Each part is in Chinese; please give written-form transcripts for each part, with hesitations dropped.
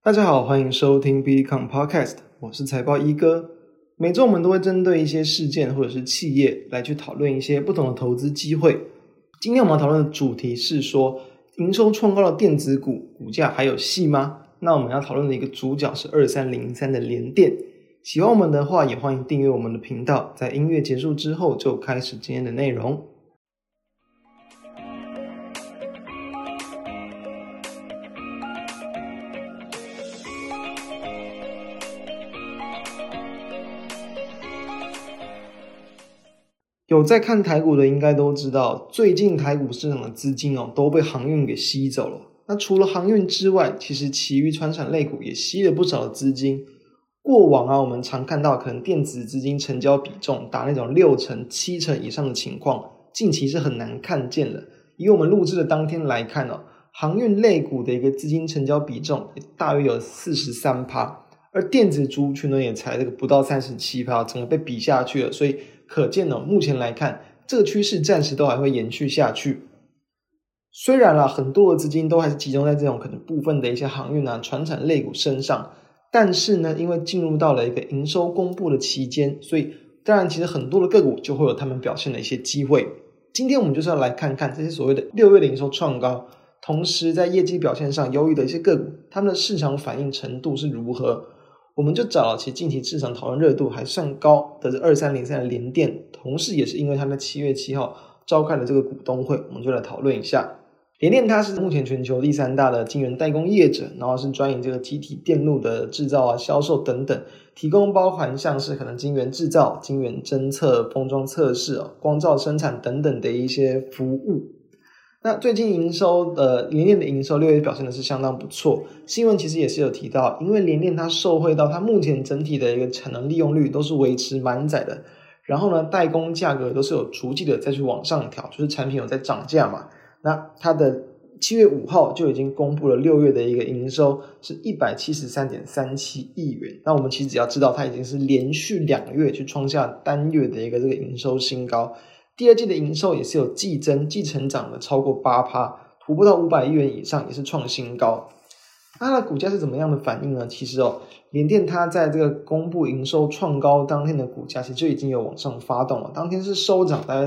大家好，欢迎收听 Become Podcast， 我是财报一哥。每周我们都会针对一些事件或者是企业来去讨论一些不同的投资机会。今天我们要讨论的主题是说，营收创高的电子股股价还有戏吗？那我们要讨论的一个主角是2303的联电。喜欢我们的话，也欢迎订阅我们的频道。在音乐结束之后，就开始今天的内容。有在看台股的应该都知道，最近台股市场的资金都被航运给吸走了。那除了航运之外，其实其余传产类股也吸了不少的资金。过往我们常看到可能电子资金成交比重达那种6成、7成以上的情况，近期是很难看见了。以我们录制的当天来看航运类股的一个资金成交比重大约有 43%， 而电子族群呢也才这个不到 37%， 整个被比下去了。所以可见目前来看这个趋势暂时都还会延续下去。虽然很多的资金都还是集中在这种可能部分的一些航运传产类股身上，但是呢因为进入到了一个营收公布的期间，所以当然其实很多的个股就会有他们表现的一些机会。今天我们就是要来看看这些所谓的6月的营收创高，同时在业绩表现上优异的一些个股，他们的市场反应程度是如何。我们就找了其实近期市场讨论热度还算高的2303的联电，同时也是因为他在7月7号召开了这个股东会，我们就来讨论一下。联电它是目前全球第3大的晶圆代工业者，然后是专营这个机体电路的制造销售等等，提供包含像是可能晶圆制造、晶圆侦测、封装测试、光照生产等等的一些服务。那最近营收联电的营收6月表现的是相当不错，新闻其实也是有提到，因为联电它受惠到它目前整体的一个产能利用率都是维持满载的，然后呢代工价格都是有逐季的再去往上调，就是产品有在涨价嘛。那它的7月5号就已经公布了6月的一个营收是 173.37 亿元，那我们其实只要知道它已经是连续2个月去创下单月的一个这个营收新高。第二季的营收也是有季成长的超过 8%， 突破到500亿元以上，也是创新高。它的股价是怎么样的反应呢？其实联电它在这个公布营收创高当天的股价其实就已经有往上发动了，当天是收涨大概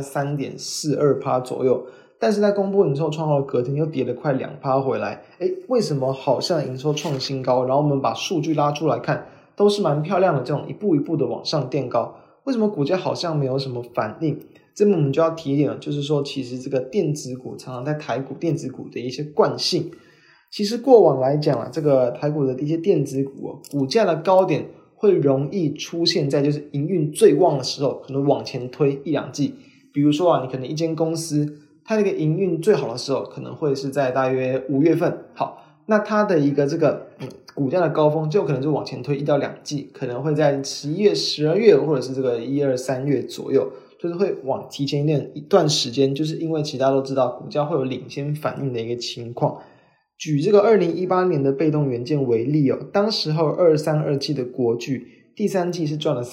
3.42% 左右，但是在公布营收创高的隔天又跌了快 2% 回来。为什么好像营收创新高，然后我们把数据拉出来看都是蛮漂亮的，这种一步一步的往上垫高，为什么股价好像没有什么反应？这边我们就要提一点了，就是说其实这个电子股常常在台股电子股的一些惯性，其实过往来讲这个台股的一些电子股股价的高点会容易出现在就是营运最旺的时候，可能往前推1-2季。比如说你可能一间公司它的一个营运最好的时候可能会是在大约5月份，好，那它的一个这个股价的高峰就可能就往前推1到2季，可能会在11月、12月或者是这个1、2、3月左右，就是会往提前一段时间，就是因为其他都知道股价会有领先反应的一个情况。举这个2018年的被动元件为例当时候23、2季的国巨第3季是赚了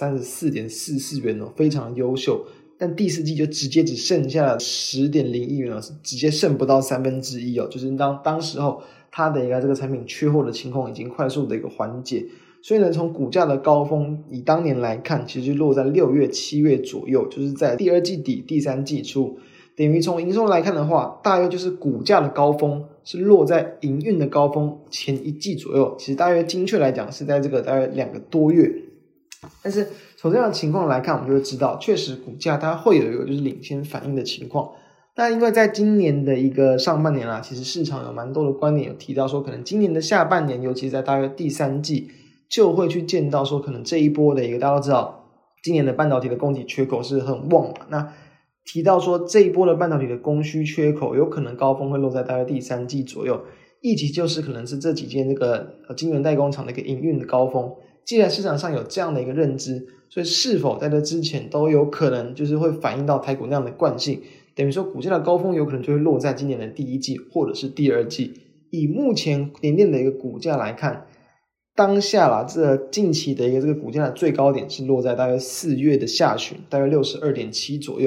34.44 元非常优秀，但第4季就直接只剩下了 10.0 亿元是直接剩不到1/3就是当时候它的一个这个产品缺货的情况已经快速的一个缓解。所以呢，从股价的高峰以当年来看，其实就落在6月、7月左右，就是在第2季底、第3季初，等于从营收来看的话，大约就是股价的高峰是落在营运的高峰前1季左右，其实大约精确来讲是在这个大约2个多月。但是从这样的情况来看，我们就会知道确实股价它会有一个就是领先反应的情况。那因为在今年的一个上半年其实市场有蛮多的观点有提到说，可能今年的下半年，尤其是在大约第3季就会去见到说可能这一波的一个，大家都知道今年的半导体的供给缺口是很旺嘛，那提到说这一波的半导体的供需缺口有可能高峰会落在大约第3季左右，以及就是可能是这几间这个晶圆代工厂的一个营运的高峰。既然市场上有这样的一个认知，所以是否在这之前都有可能就是会反映到台股那样的惯性，等于说股价的高峰有可能就会落在今年的第1季或者是第2季。以目前联电的一个股价来看，当下这近期的一个这个股价的最高点是落在大约4月的下旬，大约 62.7 左右。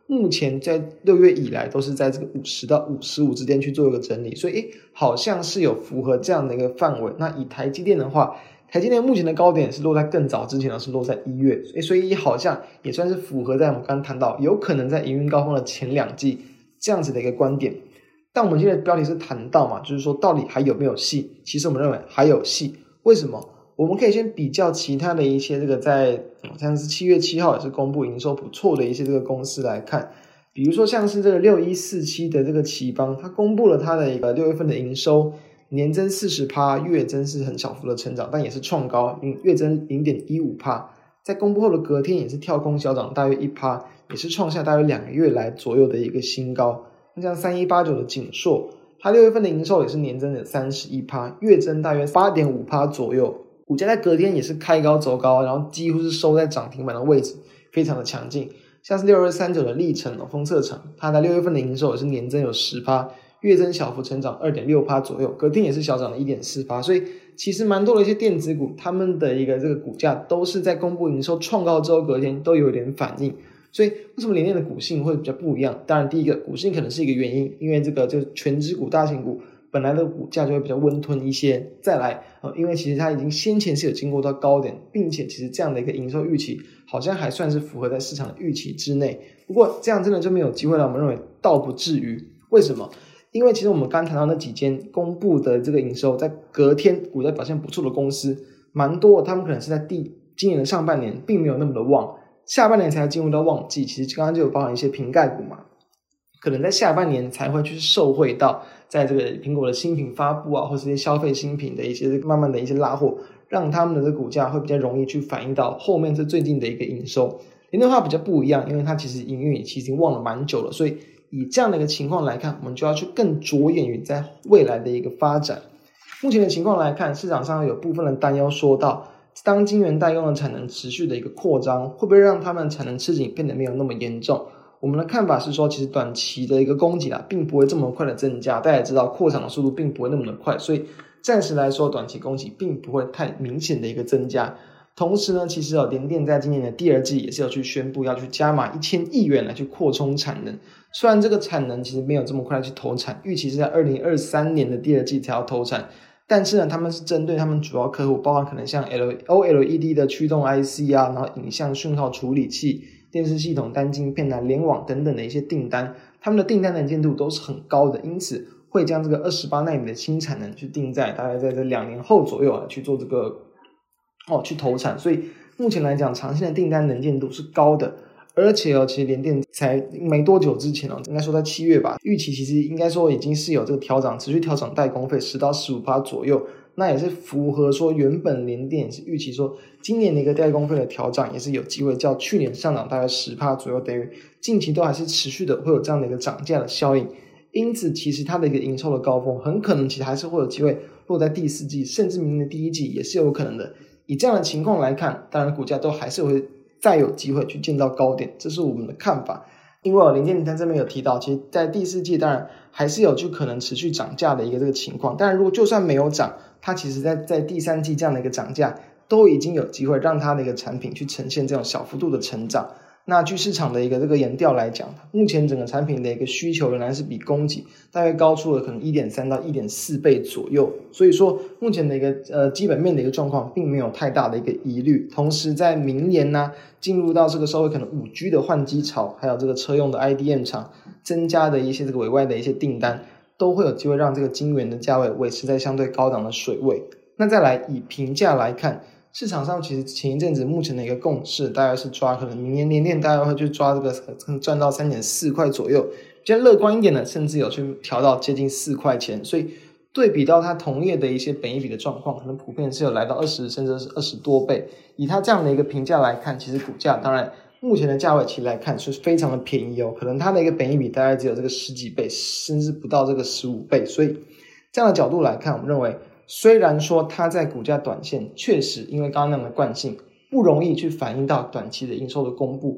目前在6月以来都是在这个50到55之间去做一个整理，所以好像是有符合这样的一个范围。那以台积电的话，台积电目前的高点是落在更早之前，是落在1月，所以好像也算是符合在我们刚刚谈到有可能在营运高峰的前2季这样子的一个观点。但我们现在标题是谈到嘛，就是说到底还有没有戏？其实我们认为还有戏。为什么？我们可以先比较其他的一些这个在像是7月7号也是公布营收不错的一些这个公司来看，比如说像是这个6147的这个奇邦，它公布了它的一个6月份的营收年增 40%， 月增是很小幅的成长，但也是创高，月增 0.15%， 在公布后的隔天也是跳空小涨大约 1%， 也是创下大约2个月来左右的一个新高。那像3189的景硕，它6月份的营收也是年增的 31%， 月增大约 8.5% 左右，股价在隔天也是开高走高，然后几乎是收在涨停板的位置，非常的强劲。像是6239的力成封测厂，它在6月份的营收也是年增有 10%， 月增小幅成长 2.6% 左右，隔天也是小涨了 1.4%， 所以其实蛮多的一些电子股，他们的一个这个股价都是在公布营收创高之后隔天都有点反应。所以为什么联电的股性会比较不一样？当然第一个股性可能是一个原因，因为这个就是全指股大型股本来的股价就会比较温吞一些。再来因为其实它已经先前是有经过到高点，并且其实这样的一个营收预期好像还算是符合在市场的预期之内。不过这样真的就没有机会了，我们认为倒不至于。为什么？因为其实我们刚谈到那几间公布的这个营收在隔天股价表现不错的公司蛮多的，他们可能是在今年的上半年并没有那么的旺，下半年才进入到旺季。其实刚刚就有包含一些瓶盖股嘛，可能在下半年才会去受惠到在这个苹果的新品发布或是一些消费新品的一些慢慢的一些拉货，让他们的股价会比较容易去反映到后面这最近的一个营收。联电的话比较不一样，因为它其实营运其实已经旺了蛮久了，所以以这样的一个情况来看，我们就要去更着眼于在未来的一个发展。目前的情况来看，市场上有部分的担忧说到，当晶圆代工的产能持续的一个扩张，会不会让他们产能吃紧变得没有那么严重？我们的看法是说，其实短期的一个供给并不会这么快的增加，大家也知道扩产的速度并不会那么的快，所以暂时来说短期供给并不会太明显的一个增加。同时呢，其实联电在今年的第2季也是有去宣布要去加码1000亿元来去扩充产能，虽然这个产能其实没有这么快去投产，预期是在2023年的第2季才要投产，但是呢，他们是针对他们主要客户，包含可能像 OLED 的驱动 IC然后影像讯号处理器、电视系统单晶片联网等等的一些订单，他们的订单能见度都是很高的，因此会将这个28奈米的新产能去定在大概在这2年后左右去做这个去投产。所以目前来讲，长线的订单能见度是高的。而且其实联电才没多久之前应该说在7月吧，预期其实应该说已经是有这个持续调涨代工费10到15% 左右，那也是符合说原本联电也是预期说今年的一个代工费的调涨也是有机会较去年上涨大概 10% 左右，等于近期都还是持续的会有这样的一个涨价的效应。因此其实它的一个营收的高峰很可能其实还是会有机会落在第4季，甚至明年的第1季也是有可能的。以这样的情况来看，当然股价都还是会再有机会去见到高点，这是我们的看法。因为联电在这边有提到，其实在第4季当然还是有就可能持续涨价的一个这个情况，当然如果就算没有涨，它其实在第3季这样的一个涨价都已经有机会让它的一个产品去呈现这种小幅度的成长。那据市场的一个这个研调来讲，目前整个产品的一个需求仍然是比供给大概高出了可能 1.3 到 1.4 倍左右，所以说目前的一个基本面的一个状况并没有太大的一个疑虑。同时在明年进入到这个稍微可能 5G 的换机潮，还有这个车用的 IDM 厂增加的一些这个委外的一些订单，都会有机会让这个晶圆的价位维持在相对高档的水位。那再来以评价来看，市场上其实前一阵子目前的一个共识大概是抓可能明年联电大概会去抓这个赚到 3.4 块左右，比较乐观一点的甚至有去调到接近4块钱，所以对比到它同业的一些本益比的状况，可能普遍是有来到20甚至是20多倍。以它这样的一个评价来看，其实股价当然目前的价位其实来看是非常的便宜可能它的一个本益比大概只有这个10几倍，甚至不到这个15倍。所以这样的角度来看，我们认为虽然说它在股价短线确实因为刚刚那样的惯性不容易去反映到短期的营收的公布，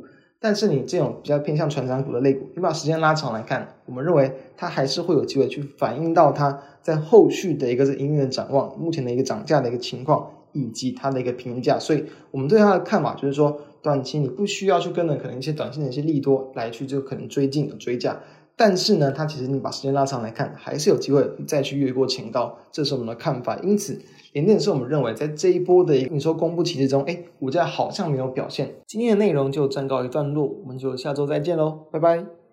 但是你这种比较偏向传产股的类股，你把时间拉长来看，我们认为它还是会有机会去反映到它在后续的一个营运的展望，目前的一个涨价的一个情况，以及它的一个评价。所以我们对它的看法就是说，短期你不需要去跟着可能一些短线的一些利多来去就可能追进追价，但是呢，它其实你把时间拉长来看，还是有机会再去越过前高，这是我们的看法。因此联电是我们认为在这一波的营收公布期之中，股价好像没有表现。今天的内容就暂告一段落，我们就下周再见咯，拜拜。